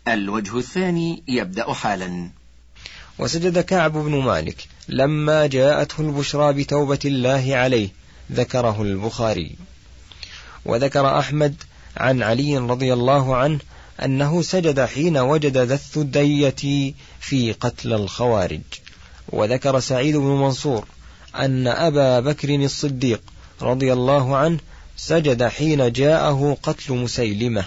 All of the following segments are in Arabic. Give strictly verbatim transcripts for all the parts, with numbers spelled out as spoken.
الوجه الثاني يبدأ حالا. وسجد كعب بن مالك لما جاءته البشرى بتوبة الله عليه، ذكره البخاري. وذكر أحمد عن علي رضي الله عنه أنه سجد حين وجد ذا الثدية في قتل الخوارج. وذكر سعيد بن منصور أن أبا بكر الصديق رضي الله عنه سجد حين جاءه قتل مسيلمة.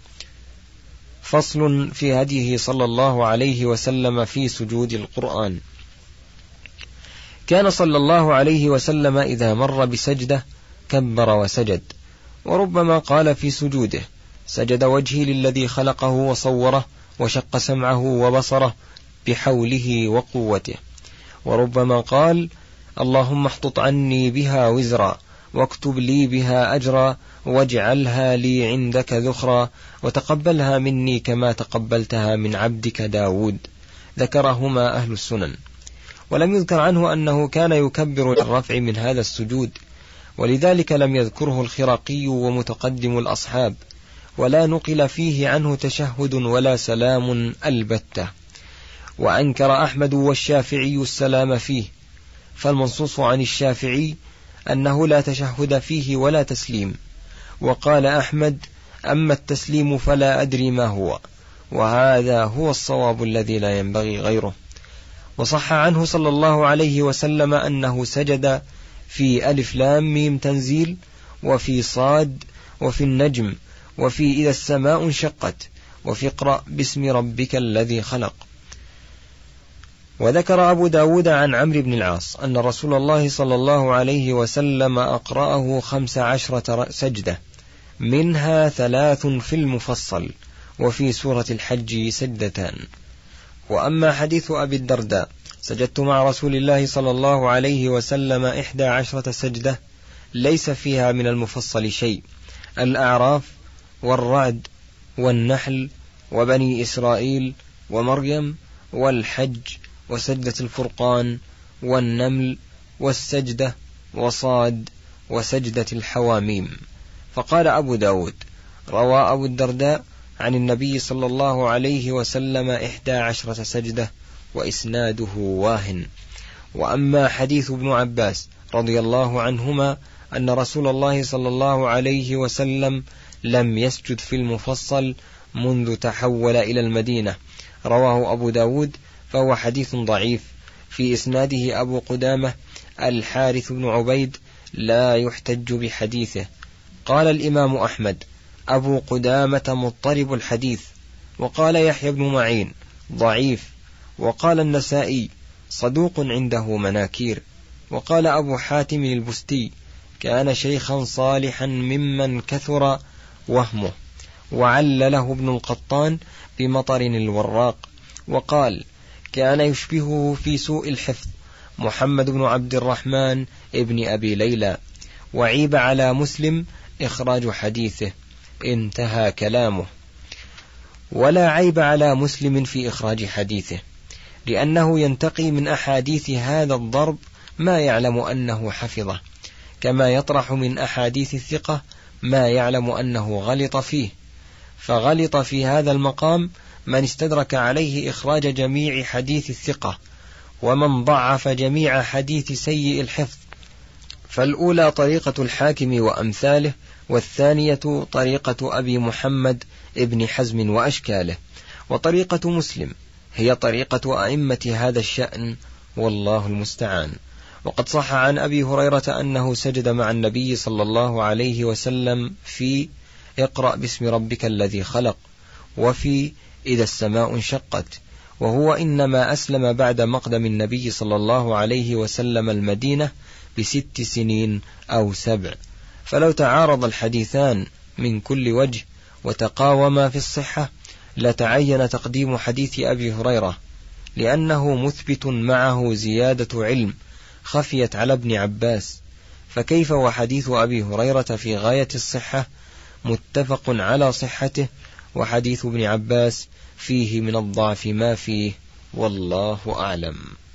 فصل في هديه صلى الله عليه وسلم في سجود القرآن. كان صلى الله عليه وسلم إذا مر بسجدة كبر وسجد، وربما قال في سجوده: سجد وجهي للذي خلقه وصوره وشق سمعه وبصره بحوله وقوته. وربما قال: اللهم احطط عني بها وزرا واكتب لي بها أجرا واجعلها لي عندك ذخرا وتقبلها مني كما تقبلتها من عبدك داود. ذكرهما أهل السنن. ولم يذكر عنه أنه كان يكبر الرفع من هذا السجود، ولذلك لم يذكره الخراقي ومتقدم الأصحاب، ولا نقل فيه عنه تشهد ولا سلام البتة. وأنكر أحمد والشافعي السلام فيه، فالمنصوص عن الشافعي أنه لا تشهد فيه ولا تسليم. وقال أحمد: أما التسليم فلا أدري ما هو، وهذا هو الصواب الذي لا ينبغي غيره. وصح عنه صلى الله عليه وسلم أنه سجد في ألف لام ميم تنزيل، وفي صاد، وفي النجم، وفي إذا السماء انشقت، وفي اقرأ باسم ربك الذي خلق. وذكر أبو داود عن عمرو بن العاص أن رسول الله صلى الله عليه وسلم أقرأه خمس عشرة سجدة، منها ثلاث في المفصل، وفي سورة الحج سجدتان. وأما حديث أبي الدرداء: سجدت مع رسول الله صلى الله عليه وسلم إحدى عشرة سجدة، ليس فيها من المفصل شيء. الأعراف والرعد والنحل وبني إسرائيل ومريم والحج وسجدة الفرقان والنمل والسجدة وصاد وسجدة الحواميم. فقال أبو داود: روى أبو الدرداء عن النبي صلى الله عليه وسلم إحدى عشرة سجدة، وإسناده واهن. وأما حديث ابن عباس رضي الله عنهما أن رسول الله صلى الله عليه وسلم لم يسجد في المفصل منذ تحول إلى المدينة، رواه أبو داود، فهو حديث ضعيف، في إسناده أبو قدامة الحارث بن عبيد لا يحتج بحديثه. قال الإمام أحمد: أبو قدامة مضطرب الحديث. وقال يحيى بن معين: ضعيف. وقال النسائي: صدوق عنده مناكير. وقال أبو حاتم البستي: كان شيخا صالحا ممن كثر وهمه. وعلله ابن القطان بمطر الوراق، وقال: كان يشبهه في سوء الحفظ محمد بن عبد الرحمن ابن أبي ليلى. وعيب على مسلم إخراج حديثه. انتهى كلامه. ولا عيب على مسلم في إخراج حديثه، لأنه ينتقي من أحاديث هذا الضرب ما يعلم أنه حفظه، كما يطرح من أحاديث الثقة ما يعلم أنه غلط فيه. فغلط في هذا المقام من استدرك عليه إخراج جميع حديث الثقة، ومن ضعف جميع حديث سيء الحفظ. فالأولى طريقة الحاكم وأمثاله، والثانية طريقة أبي محمد ابن حزم وأشكاله. وطريقة مسلم هي طريقة أئمة هذا الشأن، والله المستعان. وقد صح عن أبي هريرة أنه سجد مع النبي صلى الله عليه وسلم في اقرأ باسم ربك الذي خلق، وفي إذا السماء انشقت، وهو إنما أسلم بعد مقدم النبي صلى الله عليه وسلم المدينة بست سنين أو سبع. فلو تعارض الحديثان من كل وجه وتقاوما في الصحة لتعين تقديم حديث أبي هريرة، لأنه مثبت معه زيادة علم خفيت على ابن عباس. فكيف وحديث أبي هريرة في غاية الصحة متفق على صحته، وحديث ابن عباس فيه من الضعف ما فيه، والله أعلم.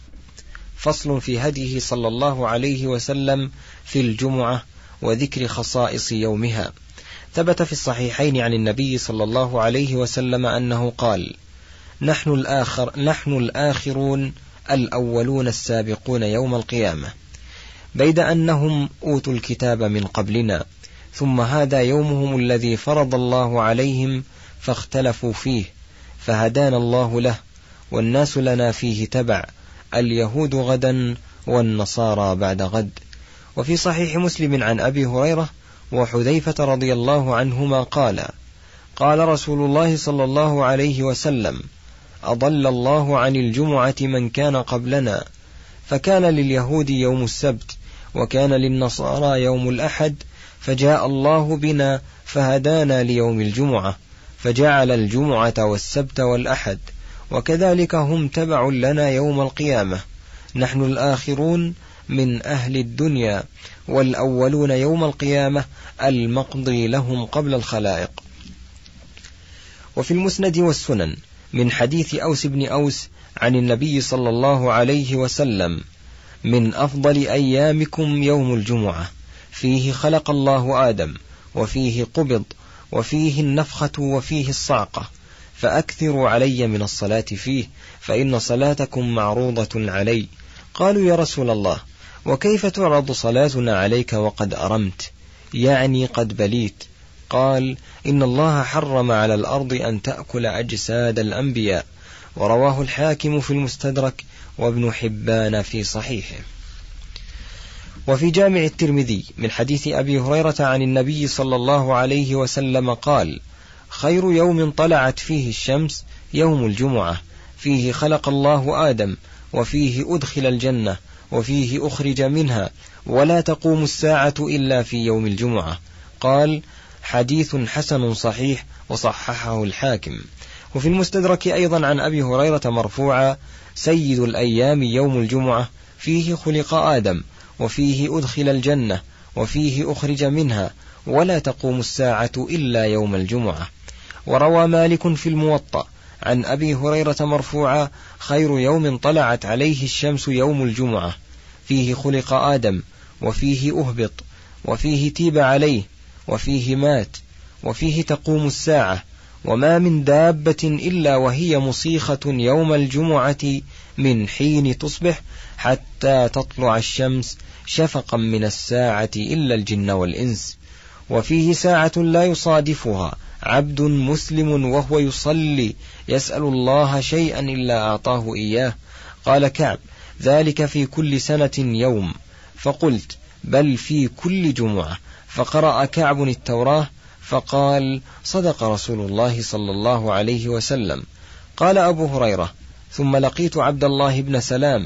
فصل في هديه صلى الله عليه وسلم في الجمعة وذكر خصائص يومها. ثبت في الصحيحين عن النبي صلى الله عليه وسلم أنه قال: نحن الآخر نحن الآخرون الأولون السابقون يوم القيامة، بيد أنهم أوتوا الكتاب من قبلنا، ثم هذا يومهم الذي فرض الله عليهم فاختلفوا فيه، فهدانا الله له، والناس لنا فيه تبع، اليهود غدا والنصارى بعد غد. وفي صحيح مسلم عن أبي هريرة وحذيفة رضي الله عنهما قال: قال رسول الله صلى الله عليه وسلم: أضل الله عن الجمعة من كان قبلنا، فكان لليهود يوم السبت، وكان للنصارى يوم الأحد، فجاء الله بنا فهدانا ليوم الجمعة، فجعل الجمعة والسبت والأحد، وكذلك هم تبع لنا يوم القيامة، نحن الآخرون من أهل الدنيا، والأولون يوم القيامة المقضي لهم قبل الخلائق. وفي المسند والسنن من حديث أوس بن أوس عن النبي صلى الله عليه وسلم: من أفضل أيامكم يوم الجمعة، فيه خلق الله آدم، وفيه قبض، وفيه النفخة، وفيه الصعقة، فأكثروا علي من الصلاة فيه، فإن صلاتكم معروضة علي. قالوا: يا رسول الله، وكيف تعرض صلاتنا عليك وقد أرمت، يعني قد بليت؟ قال: إن الله حرم على الأرض أن تأكل أجساد الأنبياء. ورواه الحاكم في المستدرك، وابن حبان في صحيحه. وفي جامع الترمذي من حديث أبي هريرة عن النبي صلى الله عليه وسلم قال: خير يوم طلعت فيه الشمس يوم الجمعة، فيه خلق الله آدم، وفيه أدخل الجنة، وفيه أخرج منها، ولا تقوم الساعة إلا في يوم الجمعة. قال: حديث حسن صحيح، وصححه الحاكم. وفي المستدرك أيضا عن أبي هريرة مرفوعا: سيد الأيام يوم الجمعة، فيه خلق آدم، وفيه أدخل الجنة، وفيه أخرج منها، ولا تقوم الساعة إلا يوم الجمعة. وروى مالك في الموطأ عن أبي هريرة مرفوعا: خير يوم طلعت عليه الشمس يوم الجمعة، فيه خلق آدم، وفيه أهبط، وفيه تيب عليه، وفيه مات، وفيه تقوم الساعة، وما من دابة إلا وهي مصيخة يوم الجمعة من حين تصبح حتى تطلع الشمس شفقا من الساعة إلا الجن والإنس. وفيه ساعة لا يصادفها عبد مسلم وهو يصلي يسأل الله شيئا إلا أعطاه إياه. قال كعب: ذلك في كل سنة يوم. فقلت: بل في كل جمعة. فقرأ كعب التوراة فقال: صدق رسول الله صلى الله عليه وسلم. قال أبو هريرة: ثم لقيت عبد الله بن سلام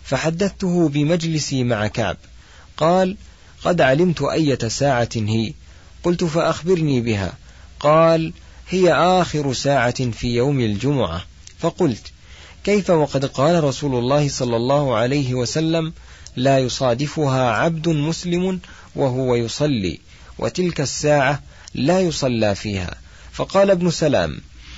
فحدثته بمجلسي مع كعب. قال: قد علمت أية ساعة هي. قلت: فأخبرني بها. قال: هي آخر ساعة في يوم الجمعة. فقلت: كيف وقد قال رسول الله صلى الله عليه وسلم: لا يصادفها عبد مسلم وهو يصلي، وتلك الساعة لا يصلى فيها. فقال ابن سلام: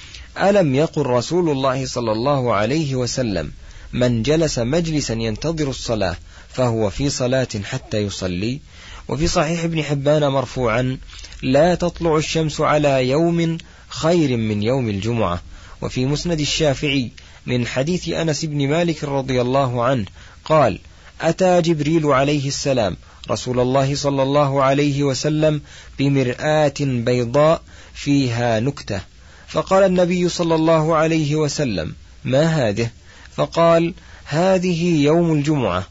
ألم يقل رسول الله صلى الله عليه وسلم: من جلس مجلسا ينتظر الصلاة فهو في صلاة حتى يصلي؟ وفي صحيح ابن حبان مرفوعا: لا تطلع الشمس على يوم خير من يوم الجمعة. وفي مسند الشافعي من حديث أنس بن مالك رضي الله عنه قال: أتى جبريل عليه السلام رسول الله صلى الله عليه وسلم بمرآة بيضاء فيها نكتة، فقال النبي صلى الله عليه وسلم: ما هذه؟ فقال: هذه يوم الجمعة،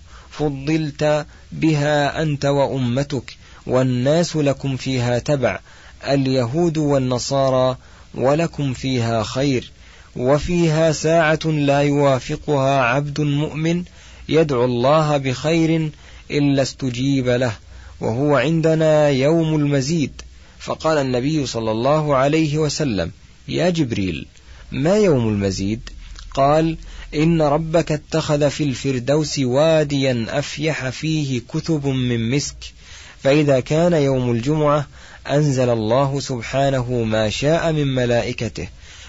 فضلت بها أنت وأمتك، والناس لكم فيها تبع، اليهود والنصارى، ولكم فيها خير، وفيها ساعة لا يوافقها عبد مؤمن يدعو الله بخير إلا استجيب له، وهو عندنا يوم المزيد. فقال النبي صلى الله عليه وسلم: يا جبريل، ما يوم المزيد؟ قال: إن ربك اتخذ في الفردوس واديا أفيح فيه كتب من مسك، فإذا كان يوم الجمعة أنزل الله سبحانه ما شاء من ملائكته،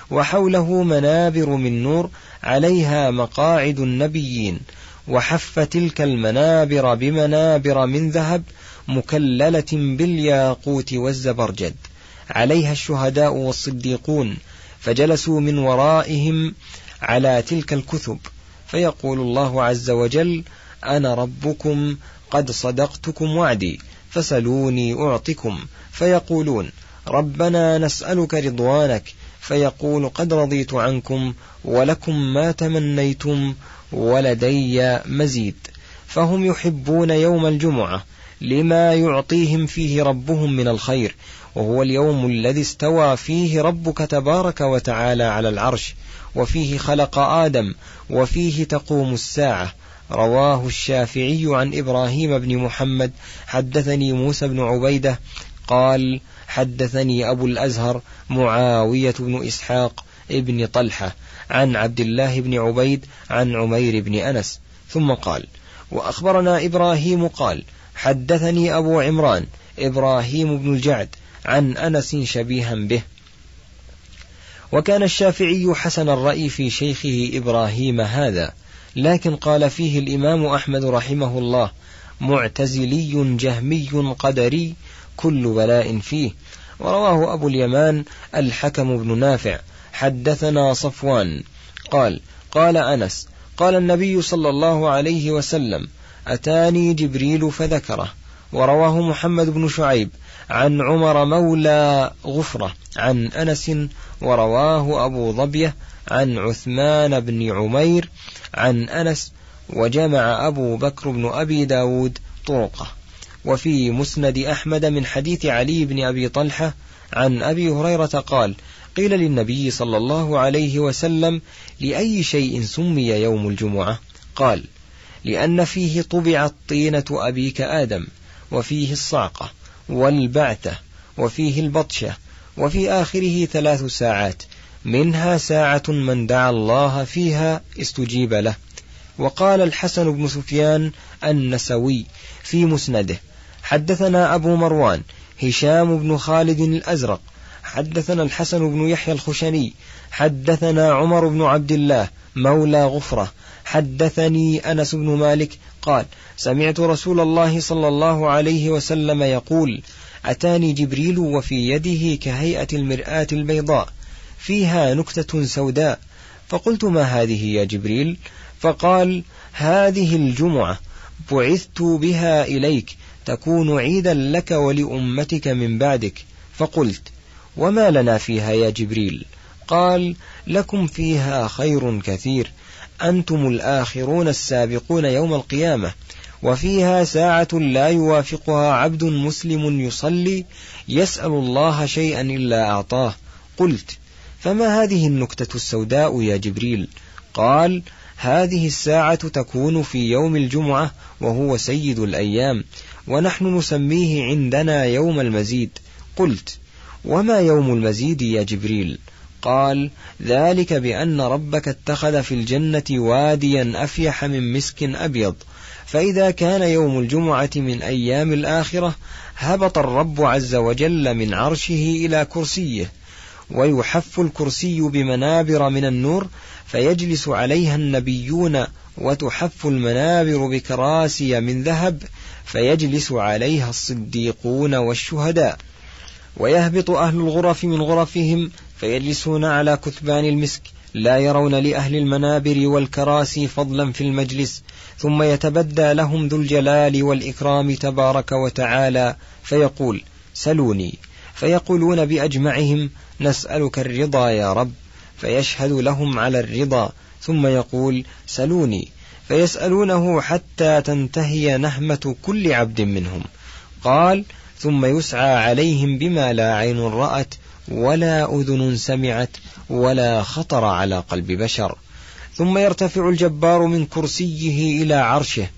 وحوله منابر من نور عليها مقاعد النبيين، وحف تلك المنابر بمنابر من ذهب مكللة بالياقوت والزبرجد، عليها الشهداء والصديقون، فجلسوا من ورائهم على تلك الكثب، فيقول الله عز وجل: أنا ربكم قد صدقتكم وعدي فسلوني أعطكم، فيقولون: ربنا نسألك رضوانك، فيقول: قد رضيت عنكم ولكم ما تمنيتم ولدي مزيد. فهم يحبون يوم الجمعة لما يعطيهم فيه ربهم من الخير، وهو اليوم الذي استوى فيه ربك تبارك وتعالى على العرش، وفيه خلق آدم، وفيه تقوم الساعة. رواه الشافعي عن إبراهيم بن محمد حدثني موسى بن عبيدة قال: حدثني أبو الأزهر معاوية بن إسحاق ابن طلحة عن عبد الله بن عبيد عن عمير بن أنس، ثم قال: وأخبرنا إبراهيم قال: حدثني أبو عمران إبراهيم بن الجعد عن أنس شبيها به. وكان الشافعي حسن الرأي في شيخه إبراهيم هذا، لكن قال فيه الإمام أحمد رحمه الله: معتزلي جهمي قدري كل بلاء فيه. ورواه أبو اليمان الحكم بن نافع حدثنا صفوان قال: قال أنس: قال النبي صلى الله عليه وسلم: أتاني جبريل فذكره. ورواه محمد بن شعيب عن عمر مولى غفرة عن أنس، ورواه أبو ظبية عن عثمان بن عمير عن أنس، وجمع أبو بكر بن أبي داود طرقه. وفي مسند أحمد من حديث علي بن أبي طلحة عن أبي هريرة قال: قيل للنبي صلى الله عليه وسلم: لأي شيء سمي يوم الجمعة؟ قال: لأن فيه طبعت طينة أبيك آدم، وفيه الصعقة والبعثة، وفيه البطشة، وفي آخره ثلاث ساعات، منها ساعة من دعا الله فيها استجيب له. وقال الحسن بن سفيان النسوي في مسنده: حدثنا أبو مروان هشام بن خالد الأزرق حدثنا الحسن بن يحيى الخشني حدثنا عمر بن عبد الله مولى غفرة حدثني أنس بن مالك قال: سمعت رسول الله صلى الله عليه وسلم يقول: أتاني جبريل وفي يده كهيئة المرآة البيضاء فيها نكتة سوداء، فقلت: ما هذه يا جبريل؟ فقال: هذه الجمعة بعثت بها إليك تكون عيدا لك ولأمتك من بعدك. فقلت: وما لنا فيها يا جبريل؟ قال: لكم فيها خير كثير، أنتم الآخرون السابقون يوم القيامة، وفيها ساعة لا يوافقها عبد مسلم يصلي يسأل الله شيئا إلا أعطاه. قلت: فما هذه النكتة السوداء يا جبريل؟ قال: هذه الساعة تكون في يوم الجمعة، وهو سيد الأيام، ونحن نسميه عندنا يوم المزيد. قلت: وما يوم المزيد يا جبريل؟ قال: ذلك بأن ربك اتخذ في الجنة واديا أفيح من مسك أبيض، فإذا كان يوم الجمعة من أيام الآخرة هبط الرب عز وجل من عرشه إلى كرسيه، ويحف الكرسي بمنابر من النور فيجلس عليها النبيون، وتحف المنابر بكراسي من ذهب فيجلس عليها الصديقون والشهداء، ويهبط أهل الغرف من غرفهم فيجلسون على كثبان المسك، لا يرون لأهل المنابر والكراسي فضلا في المجلس، ثم يتبدى لهم ذو الجلال والإكرام تبارك وتعالى فيقول: سلوني، فيقولون بأجمعهم: نسألك الرضا يا رب، فيشهد لهم على الرضا، ثم يقول: سلوني، فيسألونه حتى تنتهي نهمة كل عبد منهم. قال: ثم يسعى عليهم بما لا عين رأت ولا أذن سمعت ولا خطر على قلب بشر، ثم يرتفع الجبار من كرسيه إلى عرشه،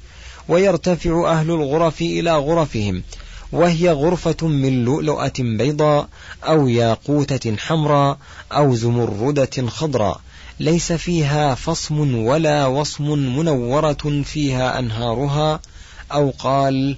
ويرتفع أهل الغرف إلى غرفهم، وهي غرفة من لؤلؤة بيضاء أو ياقوتة حمراء أو زمردة خضراء، ليس فيها فصم ولا وصم، منورة فيها أنهارها، أو قال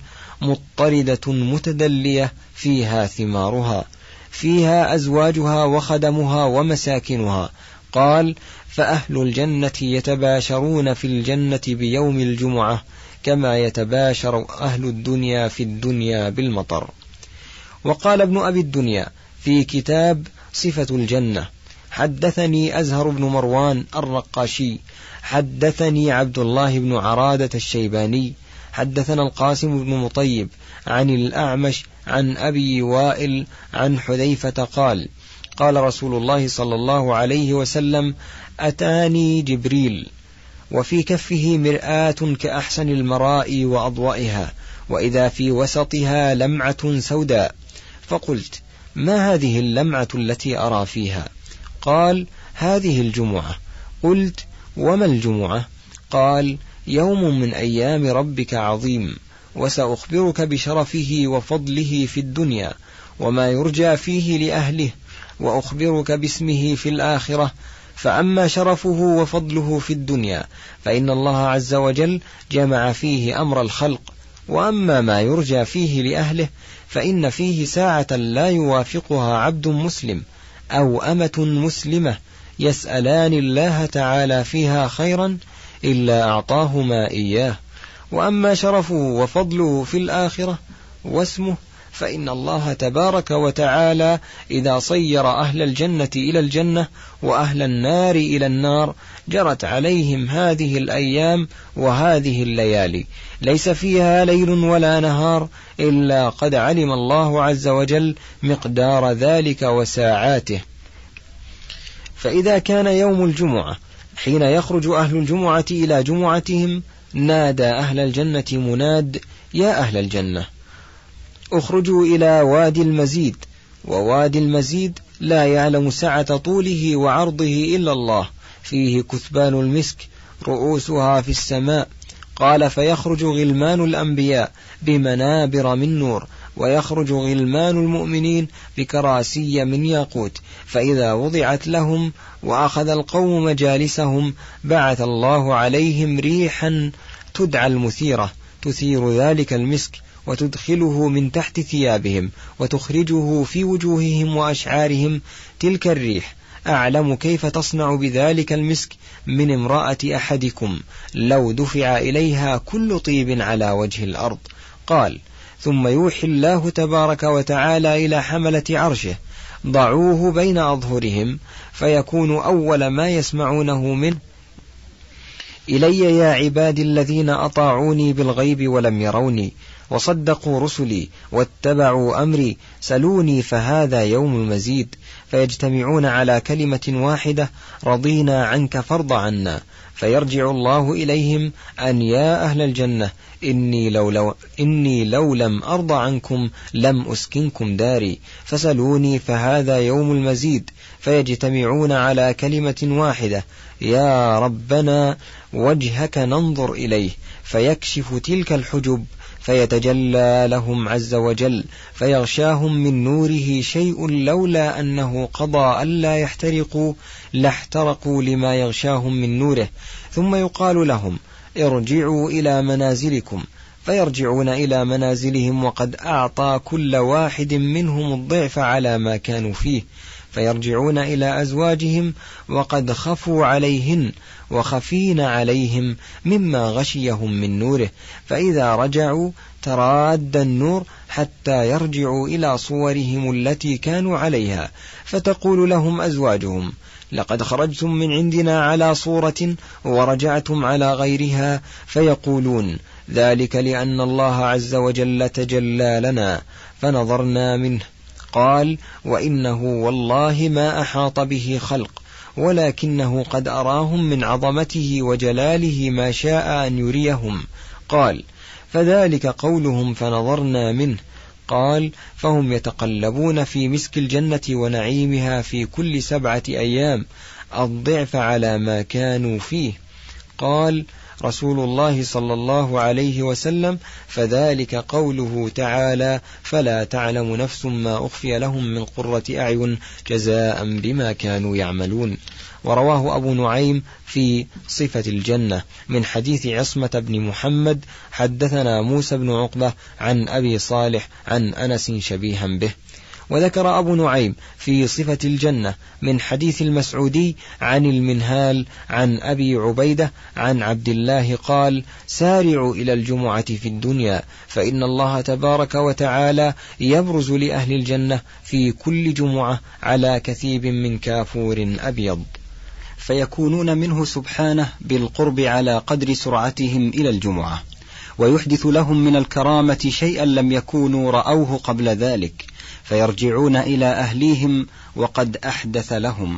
مضطردة متدلية فيها ثمارها، فيها أزواجها وخدمها ومساكنها. قال: فأهل الجنة يتباشرون في الجنة بيوم الجمعة كما يتباشر أهل الدنيا في الدنيا بالمطر. وقال ابن أبي الدنيا في كتاب صفة الجنة. حدثني أزهر بن مروان الرقاشي حدثني عبد الله بن عرادة الشيباني حدثنا القاسم بن مطيب عن الأعمش عن أبي وائل عن حذيفة قال قال رسول الله صلى الله عليه وسلم أتاني جبريل وفي كفه مرآة كأحسن المراء وأضوئها وإذا في وسطها لمعة سوداء، فقلت ما هذه اللمعة التي أرى فيها؟ قال هذه الجمعة. قلت وما الجمعة؟ قال يوم من أيام ربك عظيم، وسأخبرك بشرفه وفضله في الدنيا وما يرجى فيه لأهله، وأخبرك باسمه في الآخرة. فأما شرفه وفضله في الدنيا فإن الله عز وجل جمع فيه أمر الخلق، وأما ما يرجى فيه لأهله فإن فيه ساعة لا يوافقها عبد مسلم أو أمة مسلمة يسألان الله تعالى فيها خيرا إلا أعطاهما إياه. وأما شرفه وفضله في الآخرة واسمه فإن الله تبارك وتعالى إذا صير أهل الجنة إلى الجنة وأهل النار إلى النار جرت عليهم هذه الأيام وهذه الليالي ليس فيها ليل ولا نهار إلا قد علم الله عز وجل مقدار ذلك وساعاته. فإذا كان يوم الجمعة حين يخرج أهل الجمعة إلى جمعتهم نادى أهل الجنة مناد يا أهل الجنة اخرجوا إلى وادي المزيد، ووادي المزيد لا يعلم سعة طوله وعرضه إلا الله، فيه كثبان المسك رؤوسها في السماء. قال فيخرج غلمان الأنبياء بمنابر من نور، ويخرج غلمان المؤمنين بكراسي من ياقوت، فإذا وضعت لهم وأخذ القوم مجالسهم بعث الله عليهم ريحا تدعى المثيرة تثير ذلك المسك وتدخله من تحت ثيابهم وتخرجه في وجوههم وأشعارهم. تلك الريح أعلم كيف تصنع بذلك المسك من امرأة أحدكم لو دفع إليها كل طيب على وجه الأرض. قال ثم يوحي الله تبارك وتعالى إلى حملة عرشه ضعوه بين أظهرهم، فيكون أول ما يسمعونه منه إلي يا عبادي الذين أطاعوني بالغيب ولم يروني وصدقوا رسلي واتبعوا أمري سلوني فهذا يوم المزيد. فيجتمعون على كلمة واحدة رضينا عنك فارض عنا، فيرجع الله إليهم أن يا أهل الجنة إني لو, لو, إني لو لم أرضى عنكم لم أسكنكم داري، فسلوني فهذا يوم المزيد. فيجتمعون على كلمة واحدة يا ربنا وجهك ننظر إليه، فيكشف تلك الحجب فيتجلى لهم عز وجل فيغشاهم من نوره شيء لولا أنه قضى ألا يحترقوا لاحترقوا لما يغشاهم من نوره. ثم يقال لهم ارجعوا إلى منازلكم، فيرجعون إلى منازلهم وقد أعطى كل واحد منهم الضعف على ما كانوا فيه، فيرجعون إلى أزواجهم وقد خفوا عليهن وخفين عليهم مما غشيهم من نوره، فإذا رجعوا تراد النور حتى يرجعوا إلى صورهم التي كانوا عليها، فتقول لهم أزواجهم لقد خرجتم من عندنا على صورة ورجعتم على غيرها، فيقولون ذلك لأن الله عز وجل تجلى لنا فنظرنا منه. قال وإنه والله ما أحاط به خلق، ولكنه قد أراهم من عظمته وجلاله ما شاء أن يريهم. قال فذلك قولهم فنظرنا منه. قال فهم يتقلبون في مسك الجنة ونعيمها في كل سبعة أيام الضعف على ما كانوا فيه. قال رسول الله صلى الله عليه وسلم فذلك قوله تعالى فلا تعلم نفس ما أخفي لهم من قرة أعين جزاء بما كانوا يعملون. ورواه أبو نعيم في صفة الجنة من حديث عصمة بن محمد حدثنا موسى بن عقبة عن أبي صالح عن أنس شبيها به. وذكر أبو نعيم في صفة الجنة من حديث المسعودي عن المنهال عن أبي عبيدة عن عبد الله قال: سارعوا إلى الجمعة في الدنيا، فإن الله تبارك وتعالى يبرز لأهل الجنة في كل جمعة على كثيب من كافور أبيض، فيكونون منه سبحانه بالقرب على قدر سرعتهم إلى الجمعة، ويحدث لهم من الكرامة شيئا لم يكونوا رأوه قبل ذلك، فيرجعون إلى أهليهم وقد أحدث لهم.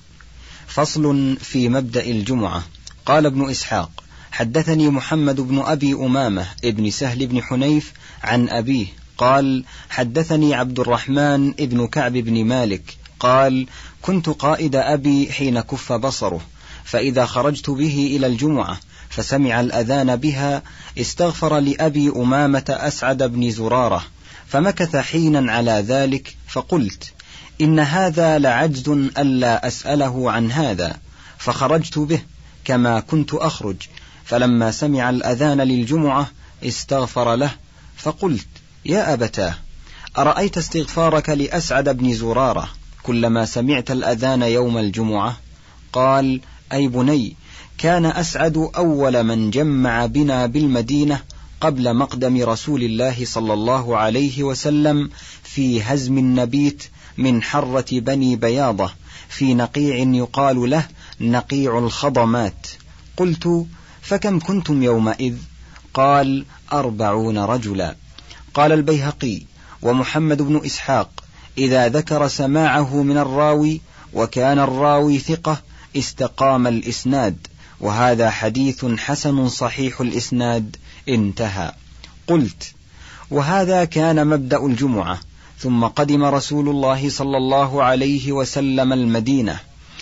فصل في مبدأ الجمعة. قال ابن إسحاق: حدثني محمد بن أبي أمامة ابن سهل بن حنيف عن أبيه قال: حدثني عبد الرحمن ابن كعب بن مالك قال: كنت قائد أبي حين كف بصره، فإذا خرجت به إلى الجمعة فسمع الأذان بها استغفر لأبي أمامة أسعد بن زرارة، فمكث حينا على ذلك، فقلت: إن هذا لعجز ألا أسأله عن هذا، فخرجت به كما كنت أخرج، فلما سمع الأذان للجمعة استغفر له، فقلت: يا أبتاه، أرأيت استغفارك لأسعد بن زرارة كلما سمعت الأذان يوم الجمعة؟ قال: أي بني، كان أسعد أول من جمع بنا بالمدينة قبل مقدم رسول الله صلى الله عليه وسلم في هزم النبيت من حرة بني بياضة في نقيع يقال له نقيع الخضمات. قلت: فكم كنتم يومئذ؟ قال: أربعون رجلا. قال البيهقي ومحمد بن إسحاق: إذا ذكر سماعه من الراوي وكان الراوي ثقة استقام الإسناد، وهذا حديث حسن صحيح الإسناد. انتهى. قلت: وهذا كان مبدأ الجمعة. ثم قدم رسول الله صلى الله عليه وسلم المدينة،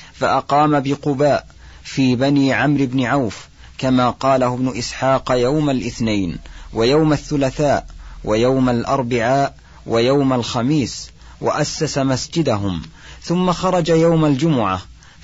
فأقام بقباء في بني عمرو بن عوف، كما قاله ابن إسحاق، يوم الاثنين ويوم الثلاثاء ويوم الأربعاء ويوم الخميس، وأسس مسجدهم، ثم خرج يوم الجمعة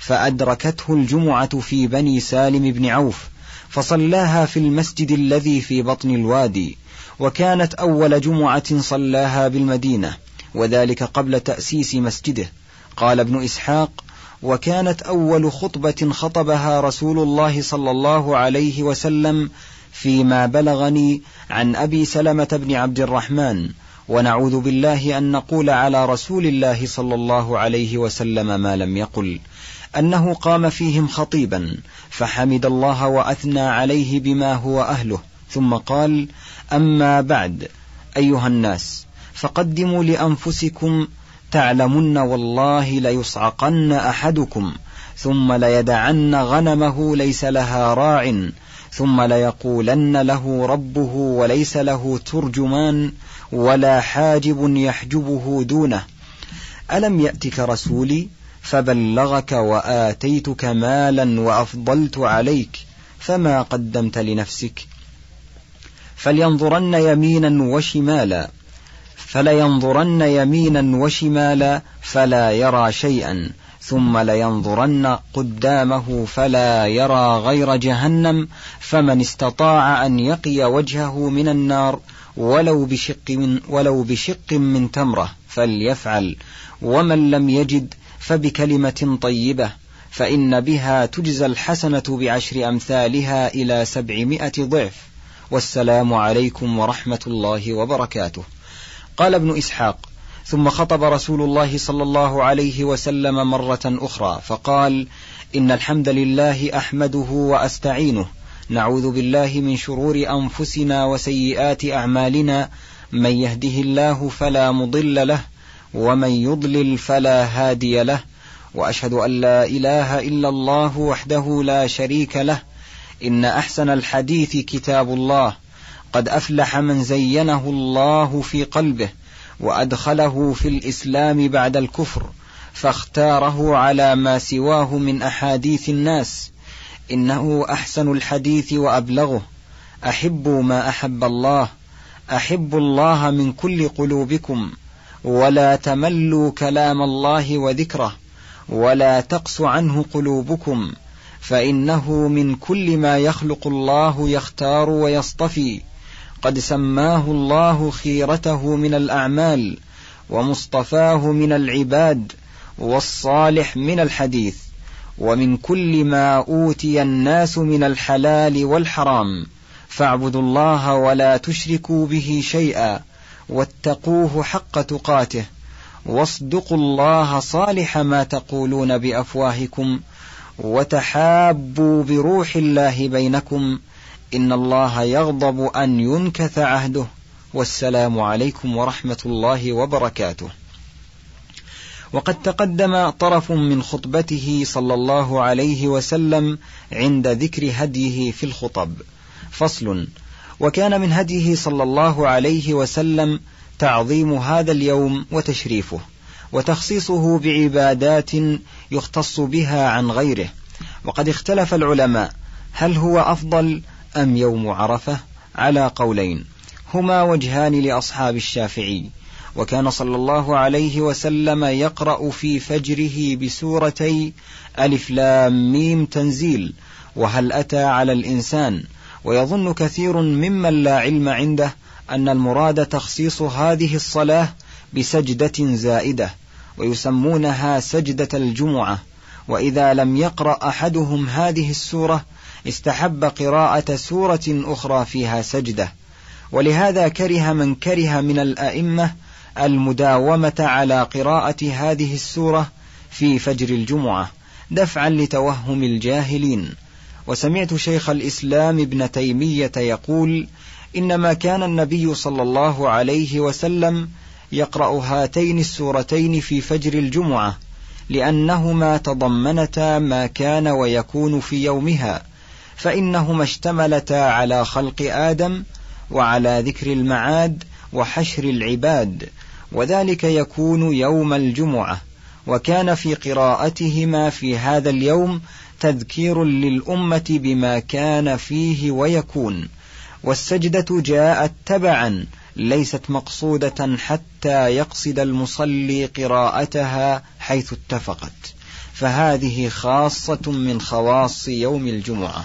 فأدركته الجمعة في بني سالم بن عوف، فصلاها في المسجد الذي في بطن الوادي، وكانت أول جمعة صلاها بالمدينة، وذلك قبل تأسيس مسجده. قال ابن إسحاق: وكانت أول خطبة خطبها رسول الله صلى الله عليه وسلم فيما بلغني عن أبي سلمة بن عبد الرحمن، ونعوذ بالله أن نقول على رسول الله صلى الله عليه وسلم ما لم يقل، أنه قام فيهم خطيبا فحمد الله وأثنى عليه بما هو أهله، ثم قال: أما بعد، أيها الناس، فقدموا لأنفسكم، تعلمن والله ليصعقن أحدكم، ثم ليدعن غنمه ليس لها راع، ثم ليقولن له ربه وليس له ترجمان ولا حاجب يحجبه دونه: ألم يأتك رسولي فبلغك وآتيتك مالا وأفضلت عليك، فما قدمت لنفسك؟ فلينظرن يمينا وشمالا فلينظرن يمينا وشمالا فلا يرى شيئا، ثم لينظرن قدامه فلا يرى غير جهنم، فمن استطاع أن يقي وجهه من النار ولو بشق من, ولو بشق من تمرة فليفعل، ومن لم يجد فبكلمة طيبة، فإن بها تجزى الحسنة بعشر أمثالها إلى سبعمائة ضعف. والسلام عليكم ورحمة الله وبركاته. قال ابن إسحاق: ثم خطب رسول الله صلى الله عليه وسلم مرة أخرى فقال: إن الحمد لله أحمده وأستعينه، نعوذ بالله من شرور أنفسنا وسيئات أعمالنا، من يهده الله فلا مضل له ومن يضلل فلا هادي له، وأشهد أن لا إله إلا الله وحده لا شريك له، إن أحسن الحديث كتاب الله، قد أفلح من زينه الله في قلبه وأدخله في الإسلام بعد الكفر، فاختاره على ما سواه من أحاديث الناس، إنه أحسن الحديث وأبلغه، أحبوا ما أحب الله، أحبوا الله من كل قلوبكم، ولا تملوا كلام الله وذكره، ولا تقس عنه قلوبكم، فإنه من كل ما يخلق الله يختار ويصطفي، قد سماه الله خيرته من الأعمال، ومصطفاه من العباد، والصالح من الحديث، ومن كل ما أوتي الناس من الحلال والحرام، فاعبدوا الله ولا تشركوا به شيئا، واتقوه حق تقاته، واصدقوا الله صالح ما تقولون بأفواهكم، وتحابوا بروح الله بينكم، إن الله يغضب أن ينكث عهده، والسلام عليكم ورحمة الله وبركاته. وقد تقدم طرف من خطبته صلى الله عليه وسلم عند ذكر هديه في الخطب. فصل. وكان من هديه صلى الله عليه وسلم تعظيم هذا اليوم وتشريفه، وتخصيصه بعبادات يختص بها عن غيره. وقد اختلف العلماء هل هو أفضل أم يوم عرفة، على قولين هما وجهان لأصحاب الشافعي. وكان صلى الله عليه وسلم يقرأ في فجره بسورتي ألف لام ميم تنزيل وهل أتى على الإنسان. ويظن كثير ممن لا علم عنده أن المراد تخصيص هذه الصلاة بسجدة زائدة، ويسمونها سجدة الجمعة. وإذا لم يقرأ أحدهم هذه السورة استحب قراءة سورة أخرى فيها سجدة. ولهذا كره من كره من الأئمة المداومة على قراءة هذه السورة في فجر الجمعة دفعا لتوهم الجاهلين. وسمعت شيخ الإسلام ابن تيمية يقول: إنما كان النبي صلى الله عليه وسلم يقرأ هاتين السورتين في فجر الجمعة لأنهما تضمنتا ما كان ويكون في يومها، فإنهما اشتملتا على خلق آدم وعلى ذكر المعاد وحشر العباد، وذلك يكون يوم الجمعة. وكان في قراءتهما في هذا اليوم تذكير للأمة بما كان فيه ويكون. والسجدة جاءت تبعا ليست مقصودة حتى يقصد المصلي قراءتها حيث اتفقت، فهذه خاصة من خواص يوم الجمعة.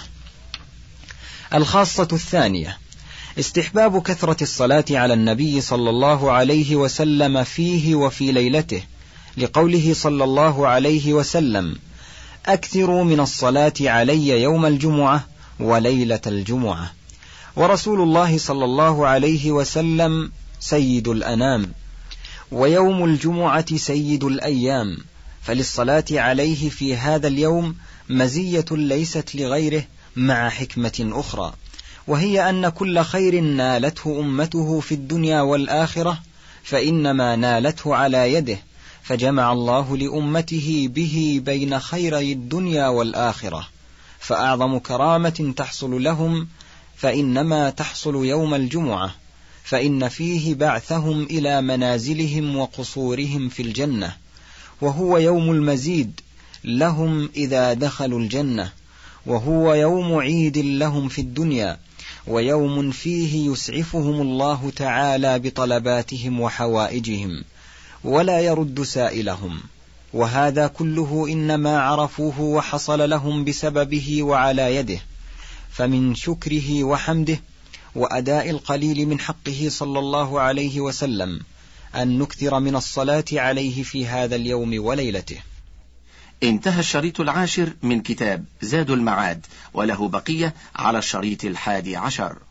الخاصة الثانية استحباب كثرة الصلاة على النبي صلى الله عليه وسلم فيه وفي ليلته، لقوله صلى الله عليه وسلم: أكثروا من الصلاة علي يوم الجمعة وليلة الجمعة. ورسول الله صلى الله عليه وسلم سيد الأنام، ويوم الجمعة سيد الأيام، فللصلاة عليه في هذا اليوم مزية ليست لغيره مع حكمة أخرى، وهي أن كل خير نالته أمته في الدنيا والآخرة فإنما نالته على يده، فجمع الله لأمته به بين خيري الدنيا والآخرة. فأعظم كرامة تحصل لهم فإنما تحصل يوم الجمعة، فإن فيه بعثهم إلى منازلهم وقصورهم في الجنة، وهو يوم المزيد لهم إذا دخلوا الجنة، وهو يوم عيد لهم في الدنيا، ويوم فيه يسعفهم الله تعالى بطلباتهم وحوائجهم ولا يرد سائلهم. وهذا كله إنما عرفوه وحصل لهم بسببه وعلى يده، فمن شكره وحمده وأداء القليل من حقه صلى الله عليه وسلم أن نكثر من الصلاة عليه في هذا اليوم وليلته. انتهى الشريط العاشر من كتاب زاد المعاد، وله بقية على الشريط الحادي عشر.